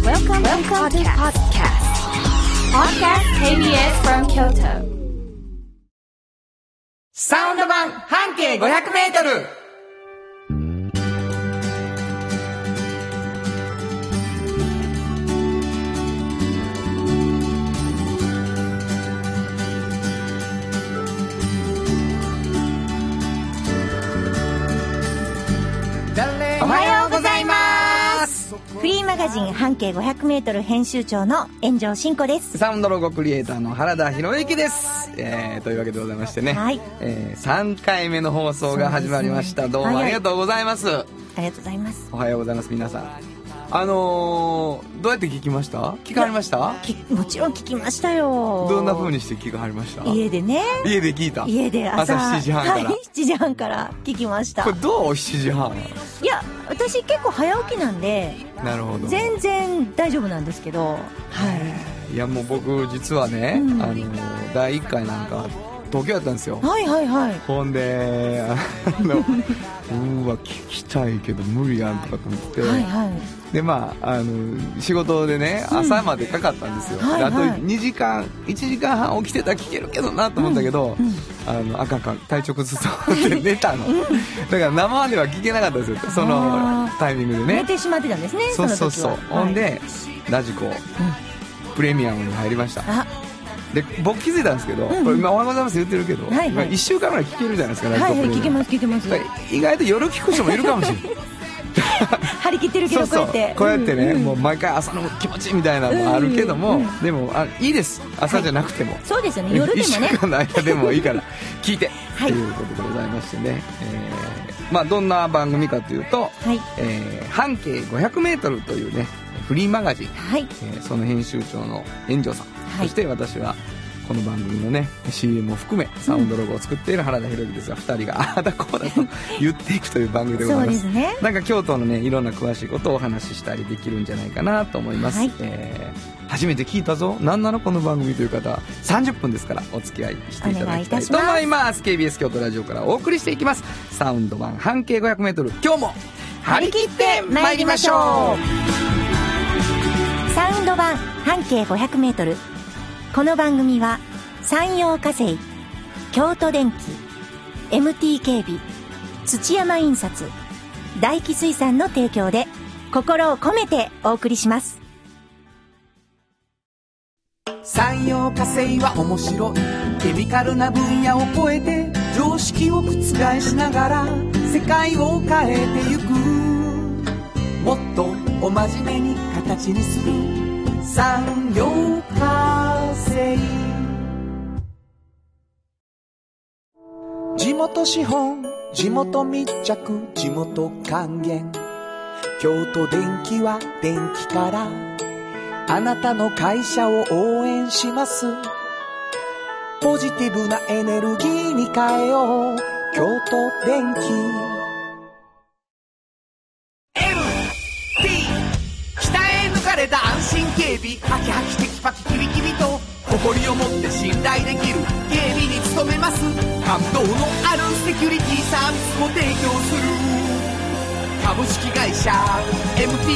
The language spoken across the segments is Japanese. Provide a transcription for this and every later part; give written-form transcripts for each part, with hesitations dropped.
Welcome to podcast KBS from Kyoto. サウンド版半径500メートル。おはようございます。 フリーマガジン半径500メートル編集長の炎上真子です。 サウンドロゴクリエイターの原田博之です。というわけでございましてね、 はい、 3回目の放送が始まりました、ね、どうもありがとうございます、 ありがとうございます。 おはようございます皆さん。どうやって聞きました？聞かれました？ もちろん聞きましたよ。 どんな風にして聞かれました？ 家でね。 家で聞いた？ 家で朝 7時半から、 はい、7時半から聞きました。 これどう？7時半。 いや私結構早起きなんで、 なるほど、 全然大丈夫なんですけど、はい、 いやもう僕実はね、第1回なんか東京やったんですよ。 はいはいはい。 ほんでうわ聞きたいけど無理やんとかと思って、はいはい、でまあ仕事でね朝までかかったんですよ、はいはい、あと2時間1時間半起きてたら聞けるけどなと思ったけど、あかん体調崩すと思って寝たのだから生では聞けなかったですよ、そのタイミングでね。 寝てしまってたんですね。 そうそうそう、ほんでラジコ、プレミアムに入りました。で僕気づいたんですけど、これ今おはようございます言ってるけど、はいはい、1週間ぐらい聞けるじゃないですか、ラジコプレミアム。はいはい、聞けます聞けます。意外と夜聞く人もいるかもしれない張り切ってるけど、 そうこうやってね、もう毎回朝の気持ちみたいなのもあるけども、でもいいです、朝じゃなくても、 そうですよね、夜でもね 1週間の間でもいいから聞いて、ということでございましてね、まあどんな番組かというと、半径 500m というねフリーマガジン、その編集長の炎上さん、そして私はこの番組のね CM を含めサウンドロゴを作っている原田博之ですが、2人があだこうだと言っていくという番組でございます。そうですね、なんか京都のねいろんな詳しいことをお話ししたりできるんじゃないかなと思います、初めて聞いたぞなんなのこの番組という方は30分ですからお付き合いしていただきたいと思います。 KBS 京都ラジオからお送りしていきますサウンド版半径 500m、 今日も張り切ってまいりましょう。 サウンド版半径 500m、 この番組は山陽火星、京都電機、 MT 警備、土山印刷、大気水産の提供で心を込めてお送りします。 山陽火星は面白いケミカルな分野を超えて常識を覆しながら世界を変えてゆく、もっとお真面目に形にする産業化成。地元資本、地元密着、地元還元。京都電気は電気からあなたの会社を応援します。ポジティブなエネルギーに変えよう、京都電気。安心警備、ハキハキテキパキキビキビと誇りを持って信頼できる警備に努めます。感動のあるセキュリティサービスを提供する株式会社 MT。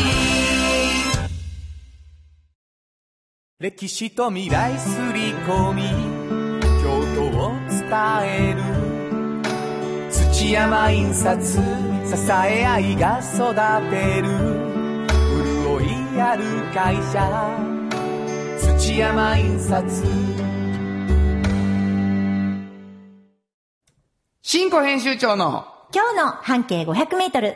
歴史と未来すり込み京都を伝える土山印刷、支え合いが育てるある会社土山印刷。 新子編集長の今日の半径 500m。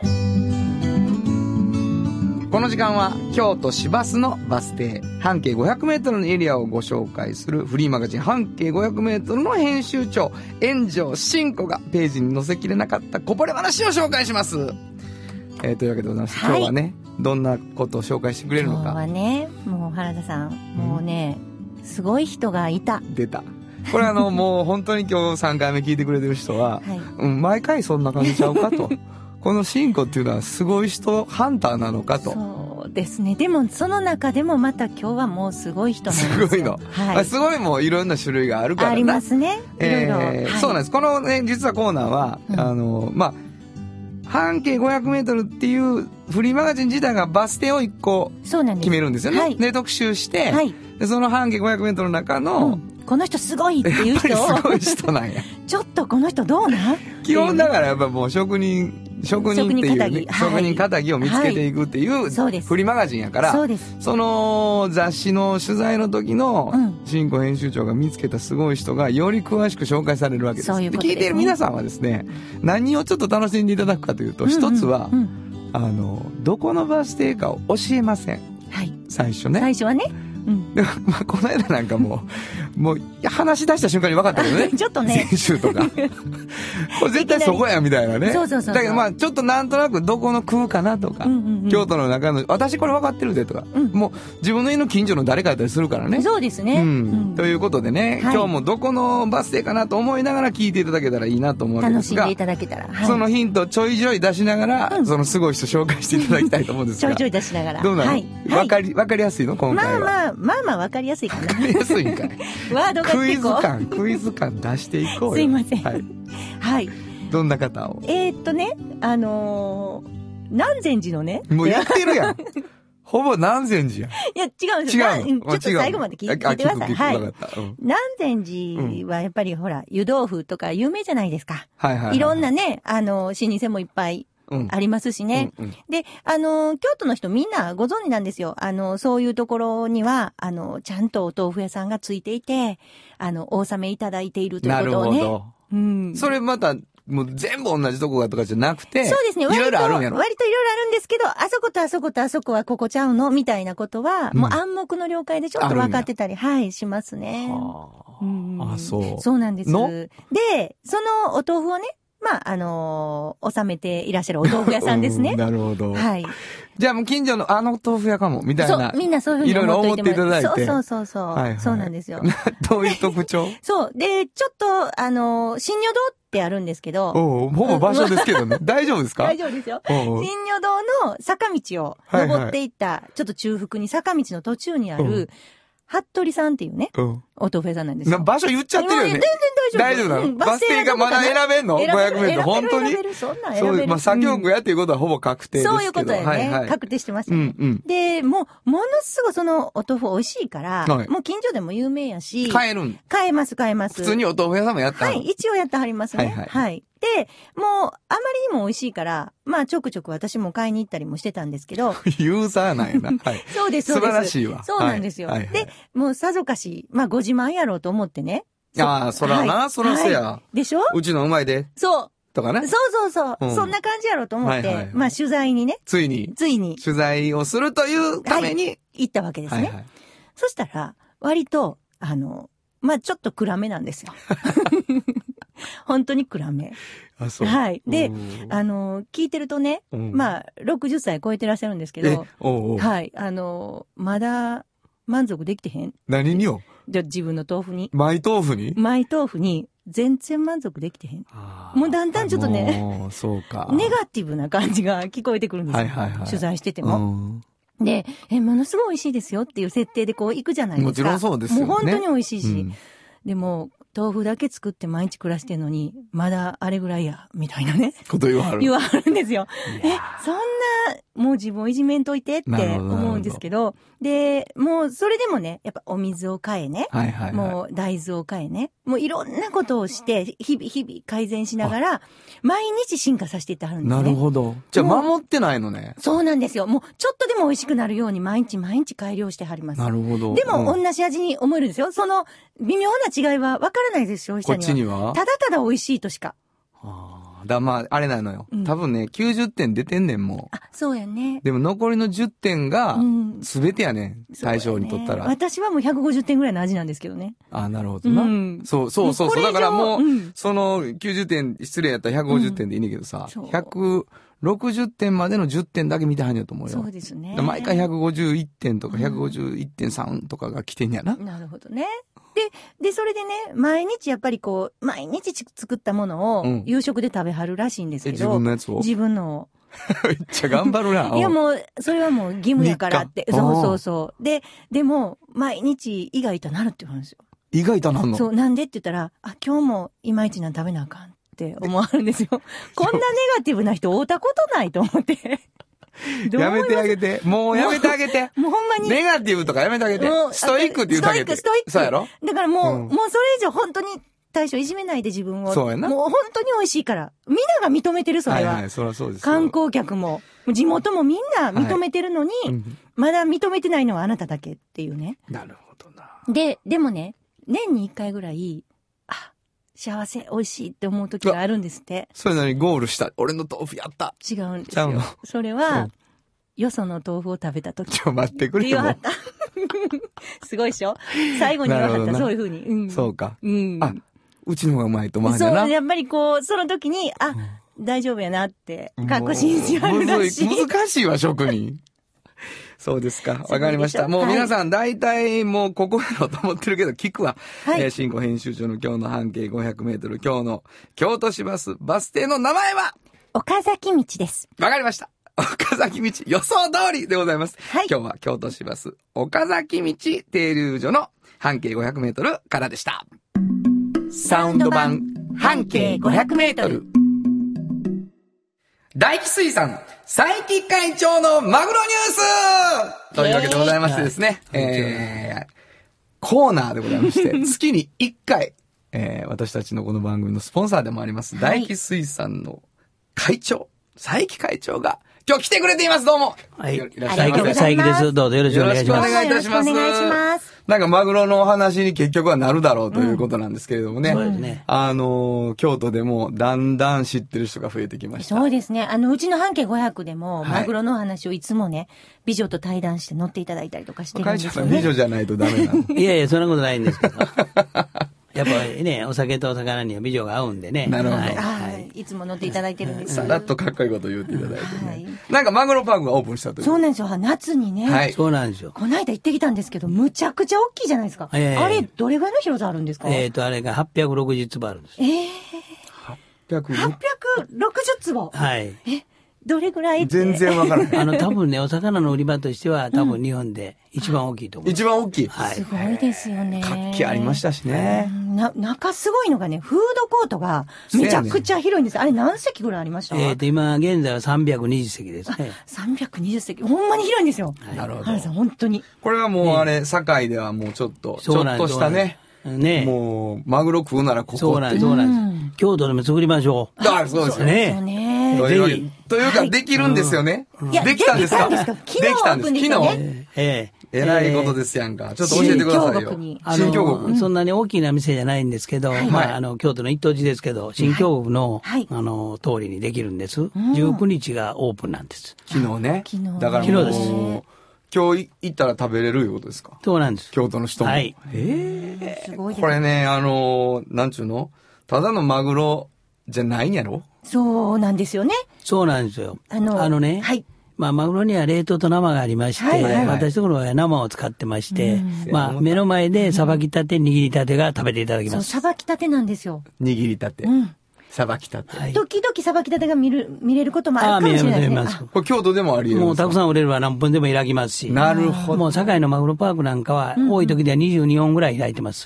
この時間は京都市バスのバス停半径 500m のエリアをご紹介するフリーマガジン半径 500m の編集長炎上真子がページに載せきれなかったこぼれ話を紹介します。というわけでございます、今日はねどんなことを紹介してくれるのか。 今日はねもう原田さん、もうねすごい人がいた。 出た。これもう本当に今日3回目聞いてくれてる人は、毎回そんな感じちゃうかとこの真子っていうのはすごい人ハンターなのかと。 そうですね。でもその中でもまた今日はもうすごい人なんですよ。 すごいの、すごいもういろんな種類があるからな。 ありますね、いろいろ、 そうなんです。このね実はコーナーは、まあ半径500メートルっていうフリーマガジン自体がバス停を1個決めるんですよね。で、特集して、でその半径500メートルの中の、 この人すごいっていう人を。 やっぱりすごい人なんや。 ちょっとこの人どうなん基本だからやっぱもう職人っていうね、職人かたぎを見つけていくっていうフリーマガジンやから、その雑誌の取材の時の新庫編集長が見つけたすごい人がより詳しく紹介されるわけです。で聞いている皆さんはですね、何をちょっと楽しんでいただくかというと、一つはどこのバス停かを教えません。最初ね。 最初はね。 でまあ、この間なんかもう話し出した瞬間に分かったけどね。 ちょっとね。 先週とか。これ絶対そこやみたいなね。 そう。 だけどまあちょっとなんとなくどこの空かなとか、京都の中の、私これ分かってるでとか、もう自分の家の近所の誰かやったりするからね。 そうですね。 ということでね、今日もどこのバス停かなと思いながら聞いていただけたらいいなと思うわけですが。 楽しんでいただけたら。 そのヒントちょいちょい出しながら、そのすごい人紹介していただきたいと思うんですが。 ちょいちょい出しながら。 どうなの？分かりやすいの今回は。 まあ分かりやすいかな。 分かりやすいんかい。 ワードが結構。 クイズ感出していこうよ。 すいません。はい。 どんな方を？ ね、南禅寺のね。 もう言ってるやん。ほぼ南禅寺やん。 いや、違うんですよ。ちょっと最後まで聞いてください。はい。南禅寺はやっぱりほら、湯豆腐とか有名じゃないですか。いろんなね、老舗もいっぱい。ありますしね。で、京都の人みんなご存知なんですよ。そういうところには、ちゃんとお豆腐屋さんがついていて、お納めいただいているということをね。なるほど。それまた、もう全部同じとこがとかじゃなくて。 そうですね。 いろいろあるんやろ。 割といろいろあるんですけど、あそことあそことあそこはここちゃうのみたいなことは、もう暗黙の了解でちょっと分かってたり、しますね。 そう。 そうなんです。で、そのお豆腐をね、納めていらっしゃるお豆腐屋さんですね。 なるほど。 はい。 じゃあもう近所の豆腐屋かも、みたいな。 そう、みんなそういうふうに思っていただいて。そう。そうなんですよ。 どういう特徴？ そう。で、ちょっと、新如堂ってあるんですけど。 ほぼ場所ですけどね。大丈夫ですか？ 大丈夫ですよ。新如堂の坂道を登っていった、ちょっと中腹に坂道の途中にある、服部さんっていうね、お豆腐屋さんなんですよ。 場所言っちゃってるよね。 全然大丈夫なの？バス停がまだ選べんの？ 500 メートル。本当に？ そんなん選べる。 まあ、左京区やっていうことはほぼ確定ですけど。 そういうことやね。確定してますよね。で、ものすごいそのお豆腐美味しいから、もう近所でも有名やし。 買えるん？ 買えます。普通にお豆腐屋さんもやったの？ はい、一応やってはりますね。はい。で、もう、あまりにも美味しいから、まあ、ちょくちょく私も買いに行ったりもしてたんですけど。 ユーザーなんやな。はい。 そうです。 素晴らしいわ。 そうなんですよ。で、もうさぞかし、まあ、ご自慢やろうと思ってね。 ああ、そらな、そらせや。 でしょ？ うちのうまいで。 そう。 とかね。 そう。そんな感じやろうと思って、まあ、取材にね。 ついに。取材をするというために。 行ったわけですね。そしたら、割と、まあ、ちょっと暗めなんですよ。本当に暗め。 あ、そう。 はい。で、聞いてるとね、まあ、60歳超えてらっしゃるんですけど、はい。まだ満足できてへん。 何によ？ じゃ自分の豆腐に。 マイ豆腐に全然満足できてへん。もうだんだんちょっとね、 そうか。 ネガティブな感じが聞こえてくるんですよ。取材してても。で、ものすごい美味しいですよっていう設定でこう行くじゃないですか。 もちろんそうですよね。 もう本当に美味しいし。でも、豆腐だけ作って毎日暮らしてんのに、まだあれぐらいや、みたいなね。 こと言わはるんですよ。そんな、もう自分をいじめんといてって思うんですけど、で、もうそれでもね、やっぱお水を買えね。もう大豆を買えね。もういろんなことをして、日々改善しながら、毎日進化させていってはるんですね。 なるほど。じゃあ守ってないのね。 そうなんですよ。もうちょっとでも美味しくなるように毎日改良してはります。 なるほど。 でも同じ味に思えるんですよ。その微妙な違いは分からないです、消費者には。 こっちにはただただ美味しいとしか。 まあ、あれなのよ。多分ね、90点出てんねん、もう。 あ、そうやね。 でも残りの10点が、全てやねん、対象にとったら。 私はもう150点ぐらいの味なんですけどね。 あ、なるほどな。そう。だからもう、その90点、失礼やったら150点でいいねんけどさ、160点までの10点だけ見てはんやと思うよ。 そうですね。 毎回151点とか151.3とかが来てんやな。 なるほどね。で、それでね、毎日やっぱりこう、毎日作ったものを夕食で食べはるらしいんですけど。 自分のやつを？ 自分のを。 めっちゃ頑張るな。 いやもう、それはもう義務やからって。そう。でも、毎日胃が痛なるって言うんですよ。 胃が痛なるの？ そう、なんでって言ったら、今日もいまいちなん食べなあかん。 って思われるんですよ。こんなネガティブな人会ったことないと思って。 やめてあげて。もうやめてあげて。 もうほんまに。 ネガティブとかやめてあげて。ストイックって言うだけで。 ストイック。 そうやろ？ だからもうそれ以上本当に対象いじめないで自分を。 そうやな。 もう本当に美味しいから。みんなが認めてる、それは。 はいはい、そりゃそうです。 観光客も、地元もみんな認めてるのに、まだ認めてないのはあなただけっていうね。 なるほどな。 でもね、年に1回ぐらい、幸せ、美味しいって思う時があるんですって。 それなりにゴールした。俺の豆腐やった。 違うんですよ。それは、よその豆腐を食べた時。 ちょ、待ってくれよ。言わはった。すごいでしょ？最後に言わはった、そういう風に。 そうか。うちの方がうまいと思うんだな。 そう、やっぱりその時に、大丈夫やなって、確信しあるらしい。 難しいわ、職人。そうですか。わかりました。もう皆さん大体もうここやろうと思ってるけど聞くわ。新庫編集長の今日の半径500メートル、今日の京都市バス停の名前は岡崎道です。 わかりました。岡崎道、予想通りでございます。今日は京都市バス岡崎道停留所の半径500メートルからでした。サウンド版半径500メートル。大気水産佐伯会長のマグロニュースというわけでございましてですね、コーナーでございまして、月に1回、私たちのこの番組のスポンサーでもあります、大気水産の会長、佐伯会長が今日来てくれています。どうも。 はい。 いらっしゃいませ。 佐伯です。どうぞよろしくお願いします。 よろしくお願いいたします。 お願いします。 なんかマグロのお話に結局はなるだろうということなんですけれどもね。 そうですね。 京都でもだんだん知ってる人が増えてきました。 そうですね。うちの半径500でも、マグロの話をいつもね、美女と対談して乗っていただいたりとかしてるんですよね。 会長さん美女じゃないとダメなの。 いやいや、そんなことないんですけど。やっぱりね、お酒とお魚には美女が合うんでね。 なるほど。 いつも乗っていただいてるんです。 さらっとかっこいいこと言っていただいてね。なんかマグロパークがオープンしたという。 そうなんですよ。夏にね。 はい。そうなんですよ。 この間行ってきたんですけど、むちゃくちゃ大きいじゃないですか。あれ、どれぐらいの広さあるんですか？ あれが860坪あるんです。 860坪。 はい。 どれぐらいって全然わからない。 多分ね、お魚の売り場としては、多分日本で一番大きいと思う。 一番大きい。 はい。 すごいですよね。 活気ありましたしね。 中すごいのがね、フードコートがめちゃくちゃ広いんです。あれ何席ぐらいありました？ 今現在は320席ですね。 320席。ほんまに広いんですよ。 なるほど。 原さん、本当に。 これはもうあれ、堺ではもうちょっとしたね。 ね、 もう、マグロ食うならここ。 そうなんです。京都でも作りましょう。 そうですね。 というか、できるんですよね。できたんですか？できたんです。昨日。えらいことですやんか。ちょっと教えてくださいよ。新京極。 そんなに大きな店じゃないんですけど、京都の一等地ですけど、新京極の、通りにできるんです。19日がオープンなんです。 昨日ね。だから昨日です。 今日行ったら食べれるいうことですか？ そうなんです。 京都の人も。 はい。 すごいです。 これね、なんちゅうの？ただのマグロじゃないんやろ？ そうなんですよね。 そうなんですよ。ね。 はい。 マグロには冷凍と生がありまして、私のところは生を使ってまして、目の前でさばきたて、握りたてが食べていただきます。そう、 さばきたてなんですよ。 握りたて。さばきたて。 時々さばきたてが見れることもあるかもしれないですね。 これ京都でもあり得るんですか？ もうたくさん売れれば何分でも開きますし。 なるほど。 もう堺のマグロパークなんかは、多い時では22本ぐらい開いてます。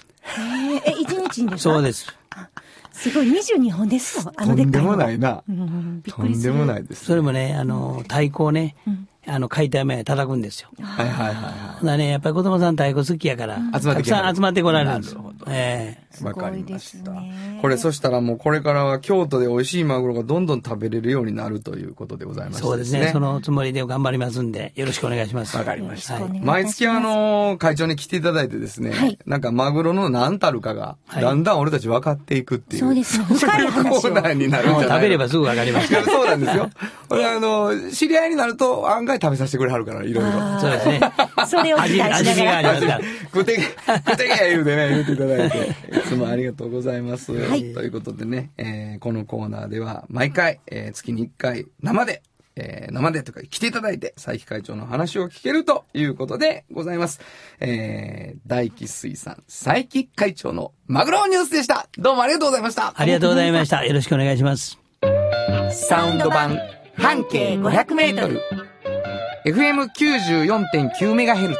1日にですか？ そうです。 すごい、22本ですよ。 とんでもないな。 とんでもないです。 それもね、太鼓をね、解体前叩くんですよ。 はいはいはい。 だね、やっぱり子供さん太鼓好きやから、たくさん集まってこられるんです。 わかりました。これ、そしたらもうこれからは京都で美味しいマグロがどんどん食べれるようになるということでございますね。 そうですね。そのつもりで頑張りますんで、よろしくお願いします。 わかりました。毎月会長に来ていただいてですね、なんかマグロの何たるかが、だんだん俺たち分かっていくっていう。 そうですね。深い話を。 コーナーになるんじゃない？ 食べればすぐ分かります。 そうなんですよ。知り合いになると案外食べさせてくれはるから、いろいろ。 そうですね。 それを期待しながら。 味がありますから。 くてけ言うてね、言っていただいて。いつもありがとうございます。ということでね、このコーナーでは毎回、月に1回生でとか来ていただいて、佐伯会長の話を聞けるということでございます。大気水産佐伯会長のマグロニュースでした。どうもありがとうございました。 ありがとうございました。よろしくお願いします。 サウンド版半径500メートル。FM94.9 メガヘルツ。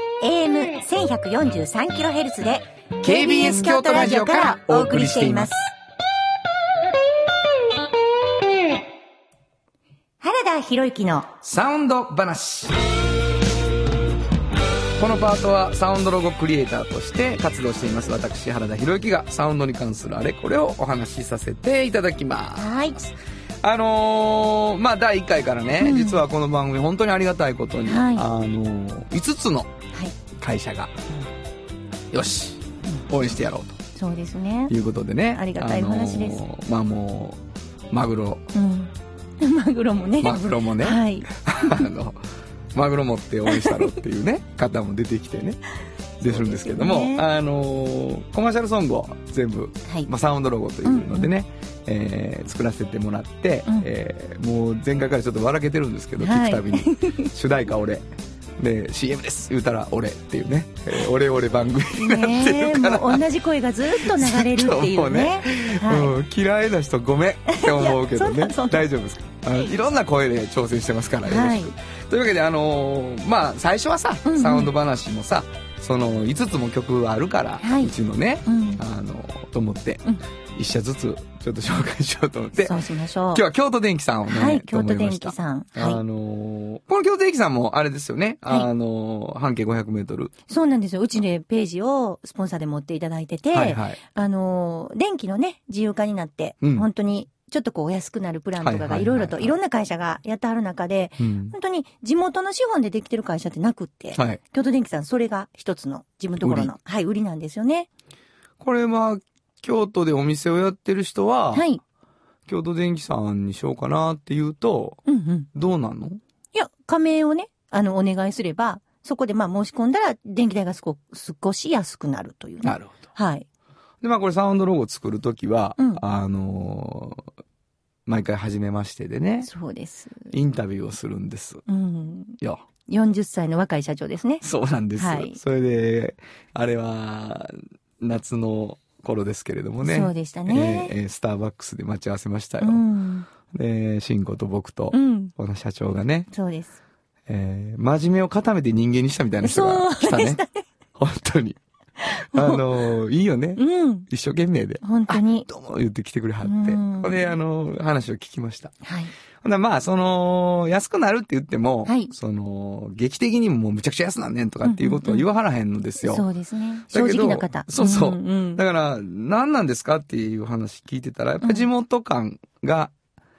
AM1143 キロヘルツで KBS 京都ラジオからお送りしています。 田博之のサウンド話。このパートはサウンドロゴクリエイターとして活動しています私原田博之がサウンドに関するあれこれをお話しさせていただきます。 はい。 まあ第1回からね、実はこの番組本当にありがたいことに、5つの会社が、よし応援してやろうと。 そうですね。 いうことでね。 ありがたいお話です。 まあもうマグロ、 マグロもね。 はい。マグロ持って応援したろっていうね方も出てきてね出るんですけども、コマーシャルソングを全部、サウンドロゴというのでね、作らせてもらって、もう前回からちょっと笑けてるんですけど、聞くたびに主題歌俺で CM です言うたら俺っていうね、俺番組になってるから、 もう同じ声がずっと流れるっていうね嫌いな人ごめんって思うけどね大丈夫ですか。いろんな声で挑戦してますからよろしく、というわけでまあ最初はさ、サウンド話もさその5つも曲あるから、うちのね、と思って、1社ずつちょっと紹介しようと思って、 そうしましょう。 今日は京都電機さんをね、 京都電機さん、 この京都電機さんもあれですよね、半径500メートル。 そうなんですよ。うちでページをスポンサーで持っていただいてて、電気のね自由化になって、本当にちょっとこうお安くなるプランとかがいろいろといろんな会社がやってはる中で、本当に地元の資本でできてる会社ってなくって、京都電機さんそれが一つの自分のところの売りなんですよね。 これは京都でお店をやってる人は、京都電機さんにしようかなって言うと、どうなんの？ いや、加盟をねお願いすればそこで申し込んだら電気代が少し安くなるという、ね。 なるほど。 はい。 でこれサウンドロゴを作るときは、毎回初めましてでね。 そうです。 インタビューをするんです。 40歳の若い社長ですね。 そうなんです。それで、あれは、夏の頃ですけれどもね。 そうでしたね。 スターバックスで待ち合わせましたよ。で、慎吾と僕と、この社長がね。 そうです。 真面目を固めて人間にしたみたいな人が来たね。本当に。いいよね。一生懸命で。 本当に。 どうも言ってきてくれはって。ほんで、話を聞きました。ほんで、安くなるって言っても、劇的にもうむちゃくちゃ安なんねんとかっていうことを言わはらへんのですよ。 そうですね。正直な方。 そうそう。だから、何なんですかっていう話聞いてたら、やっぱり地元感が、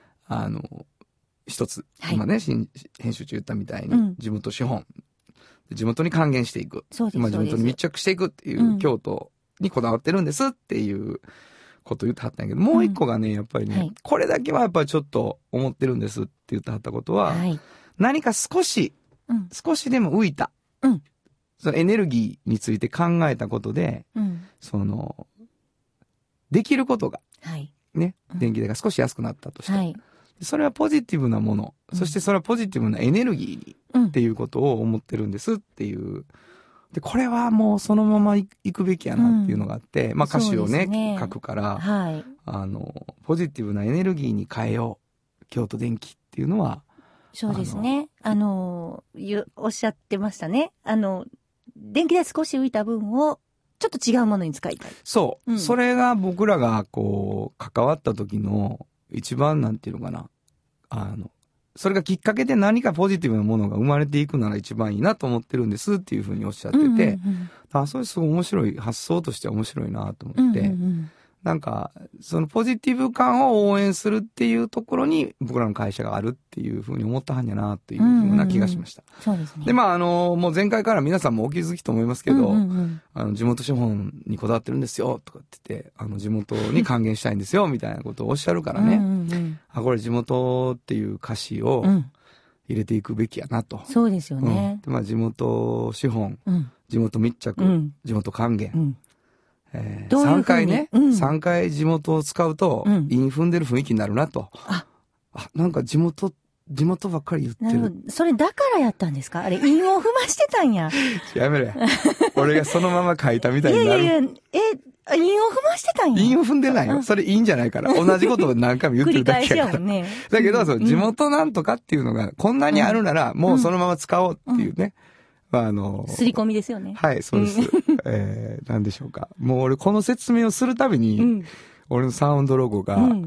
一つ。今ね、編集中言ったみたいに、地元資本。地元に還元していく。地元に密着していくっていう、京都にこだわってるんですっていうことを言ってはったんやけど、もう一個がね、やっぱりね、これだけはやっぱりちょっと思ってるんですって言ってはったことは、何か少しでも浮いた、そのエネルギーについて考えたことで、できることが、ね、電気代が少し安くなったとして、それはポジティブなもの、そしてそれはポジティブなエネルギーに、っていうことを思ってるんですっていう。で、これはもうそのまま行くべきやなっていうのがあって、歌詞をね、書くから、ポジティブなエネルギーに変えよう、京都電気っていうのは。 そうですね。おっしゃってましたね。電気代少し浮いた分を、ちょっと違うものに使いたい。 そう。それが僕らが関わった時の、一番なんていうのかな。それがきっかけで何かポジティブなものが生まれていくなら一番いいなと思ってるんですっていうふうにおっしゃってて、それすごい面白い、発想としては面白いなと思って、なんか、そのポジティブ感を応援するっていうところに僕らの会社があるっていうふうに思ったはんやなっていうふうな気がしました。 そうですね。 で、もう前回から皆さんもお気づきと思いますけど、地元資本にこだわってるんですよとかって言って、地元に還元したいんですよみたいなことをおっしゃるからね、これ地元っていう歌詞を入れていくべきやなと。 そうですよね。 で地元資本、地元密着、地元還元。3回ね、3回地元を使うと、韻踏んでる雰囲気になるなと。なんか地元ばっかり言ってる。 なるほど。それだからやったんですか？あれ、韻を踏ましてたんや。 やめろや。俺がそのまま書いたみたいになる。 韻を踏ましてたんや。 韻を踏んでないよ。それ韻じゃないから。同じことを何回も言ってるだけやから。 繰り返しやもんね。 だけど、地元なんとかっていうのが、こんなにあるなら、もうそのまま使おうっていうね。 すり込みですよね。 はい、そうです。なんでしょうか。もう俺この説明をするたびに、俺のサウンドロゴが、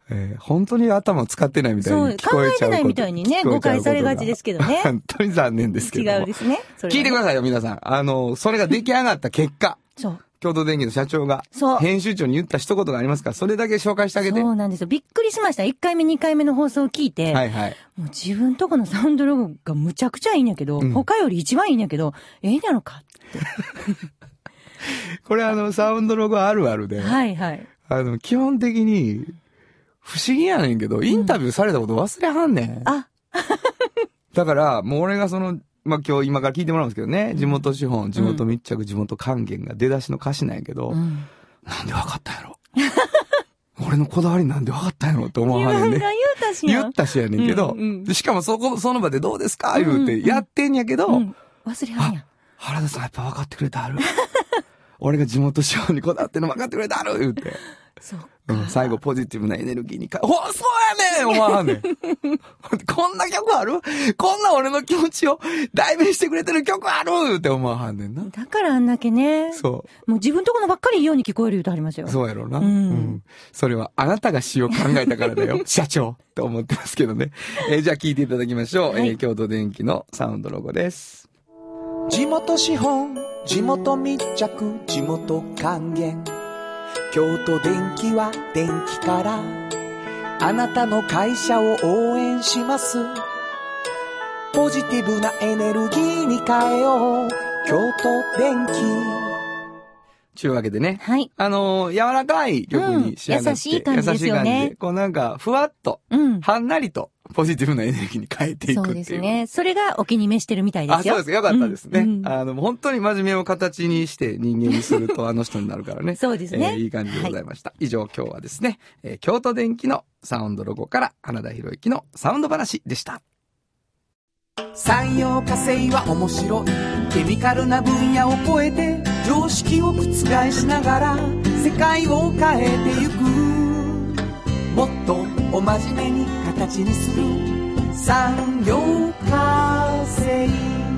本当に頭使ってないみたいに聞こえちゃうこと。 考えてないみたいにね、誤解されがちですけどね。 本当に残念ですけど。 違うですね。 聞いてくださいよ、皆さん。それが出来上がった結果。 そう。 京都電機の社長が、編集長に言った一言がありますから、それだけ紹介してあげて。 そうなんですよ。びっくりしました。1回目、2回目の放送を聞いて、 はいはい。 もう自分とこのサウンドロゴがむちゃくちゃいいんやけど、他より一番いいんやけど、ええんやろかって。 これサウンドロゴあるあるで。 はいはい。 基本的に、不思議やねんけど、インタビューされたこと忘れはんねん。だから、もう俺が今日今から聞いてもらうんですけどね、地元資本、地元密着、地元還元が出だしの歌詞なんやけど、なんでわかったんやろ俺のこだわりなんでわかったんやろって思わはんねんね。 自分が言ったしやねんけど、しかもその場でどうですか言うてやってんやけど、 忘れはんや。 原田さんやっぱ分かってくれてある。俺が地元資本にこだわってんの分かってくれてある言うて。 そう。 最後ポジティブなエネルギーにそうやねん思わんねん。こんな曲あるこんな俺の気持ちを代弁してくれてる曲あるって思わはんねんな。 だからあんだけね。 そう。 もう自分とこのばっかりいいように聞こえる言うとありますよ。 そうやろうな。それはあなたが詩を考えたからだよ。社長って思ってますけどね。じゃあ聞いていただきましょう。京都電機のサウンドロゴです。 地元資本、地元密着、地元還元。京都電気は電気からあなたの会社を応援します。ポジティブなエネルギーに変えよう京都電気。 というわけでね。 はい。 柔らかい曲に仕上がって、 優しい感じですよね。優しい感じで。 こうなんか、ふわっと、はんなりと、ポジティブなエネルギーに変えていくっていう。 そうですね。それがお気に召してるみたいですよ。 そうですか。よかったですね。本当に真面目を形にして人間にすると人になるからね。 そうですね。 いい感じでございました。以上、今日はですね、京都電機のサウンドロゴから花田博之のサウンド話でした。 産業化成は面白い。ケミカルな分野を超えて常識を覆しながら世界を変えてゆく。もっとお真面目に形にする産業化成。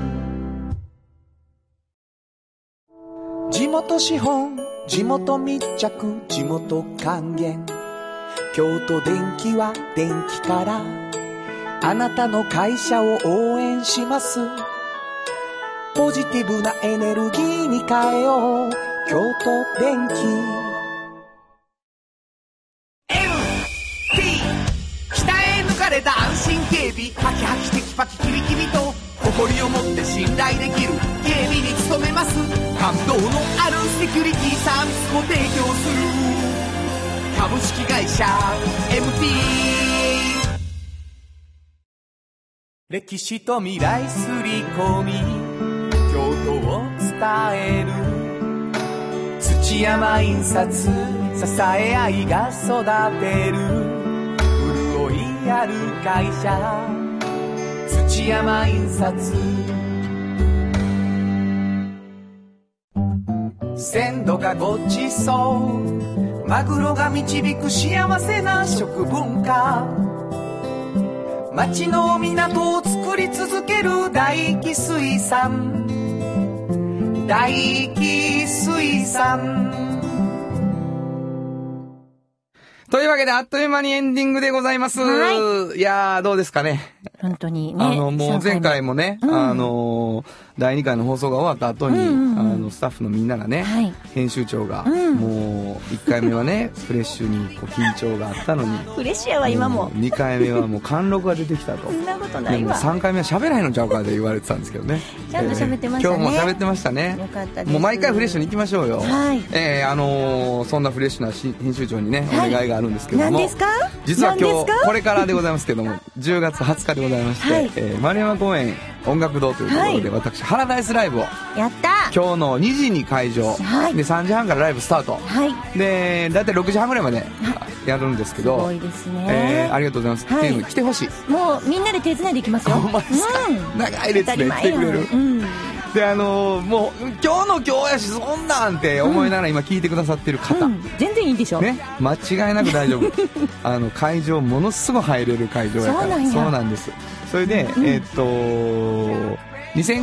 地元資本、地元密着、地元還元。京都電気は電気からあなたの会社を応援します。ポジティブなエネルギーに変えよう京都電気。北へ抜かれた安心警備、ハキハキテキパキキビキビと誇りを持って信頼できる警備に努めます。感動のあるセキュリティサービスを提供する株式会社 MT。 歴史と未来すり込み京都を伝える土山印刷、支え合いが育てる潤いある会社土山印刷。鮮度がごちそうマグロが導く幸せな食文化。町の港を作り続ける大気水産、大気水産。 というわけであっという間にエンディングでございます。いやーどうですかね。 本当にね。 もう前回もね、第2回の放送が終わった後に、スタッフのみんながね、編集長が、もう1回目はね、フレッシュにこう緊張があったのに。 フレッシュやわ、今も。 2回目はもう貫禄が出てきたと。 そんなことないわ。 3回目は喋らないのちゃうかで言われてたんですけどね。 ちゃんと喋ってましたね。 今日も喋ってましたね。 よかったです。 もう毎回フレッシュに行きましょうよ。 はい。 そんなフレッシュな編集長にね、お願いがあるんですけども。 何ですか？ 実は今日、これからでございますけども、10月20日でございまして、丸山公園音楽堂というところで、私、ハラダイスライブを、 やった今日の2時に会場、で、3時半からライブスタート。で、だいたい6時半ぐらいまでやるんですけど、 すごいですね。 ありがとうございます。っていうのに来てほしい。 もう、みんなで手伝いできますよ。 ほんまですか？長い列で来てくれる。で、もう、今日の今日やし、そんなんて思いながら今聞いてくださってる方。 全然いいでしょ。 ね、間違いなく大丈夫。会場、ものすごい入れる会場やから。そうなんです。それで、2000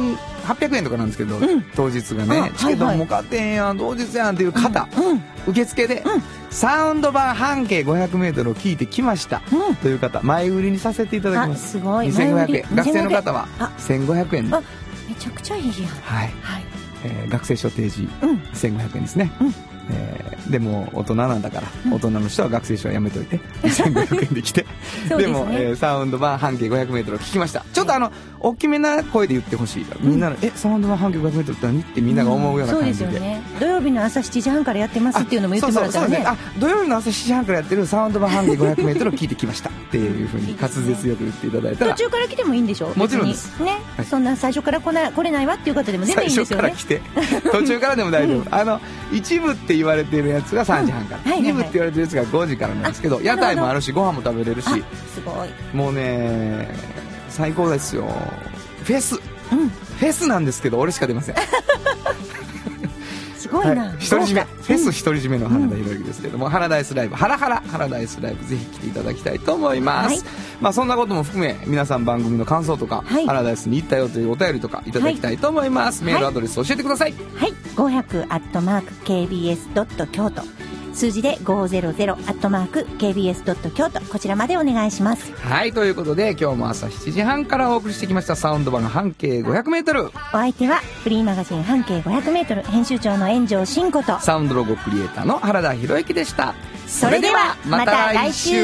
800円とかなんですけど、当日がね、チケットも買ってへんやん、当日やんっていう方、受付で、サウンド版半径 500m を聞いてきました、という方、前売りにさせていただきます。 すごい。 2500円。学生の方は1500円。 めちゃくちゃいいやん。 はい。学生証提示、1500円ですね。でも大人なんだから、大人の人は学生証はやめといて1500円で来てでも、サウンド版半径 500m を聞きました。ちょっと大きめな声で言ってほしい。みんなのサウンド版半径 500m って何ってみんなが思うような感じで、 そうですよね。土曜日の朝7時半からやってますっていうのも言ってもらったらね。 土曜日の朝7時半からやってるサウンド版半径 500m を聞いてきましたっていうふうに滑舌よく言っていただいたら、 途中から来てもいいんでしょ。 もちろんですね、 そんな最初から来れないわっていう方でも全然いいんですよね。 最初から来て途中からでも大丈夫。一部って言われているやつが3時半から、2部って言われてるやつが5時からなんですけど、屋台もあるしご飯も食べれるし、 すごい、 もうね最高ですよ。フェスなんですけど俺しか出ませんすごいな、 独り占め、フェス独り占めの原田博之ですけども、ハラダイスライブ、ハラダイスライブぜひ来ていただきたいと思います、そんなことも含め皆さん番組の感想とか、ハラダイスに行ったよというお便りとかいただきたいと思います、メールアドレス教えてください。 はい、500@kbs. 京都、数字で 500@kbs. 京都、こちらまでお願いします。 はい、ということで今日も朝7時半からお送りしてきましたサウンド版半径 500m。 お相手はフリーマガジン半径 500m 編集長の炎上真子とサウンドロゴクリエイターの原田博之でした。 それではまた来週。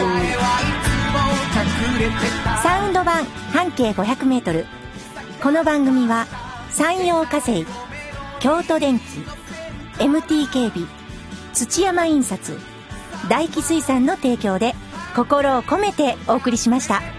サウンド版半径 500m、 この番組は山陽火星、京都電機、 MT 警備、土山印刷、大気水産の提供で心を込めてお送りしました。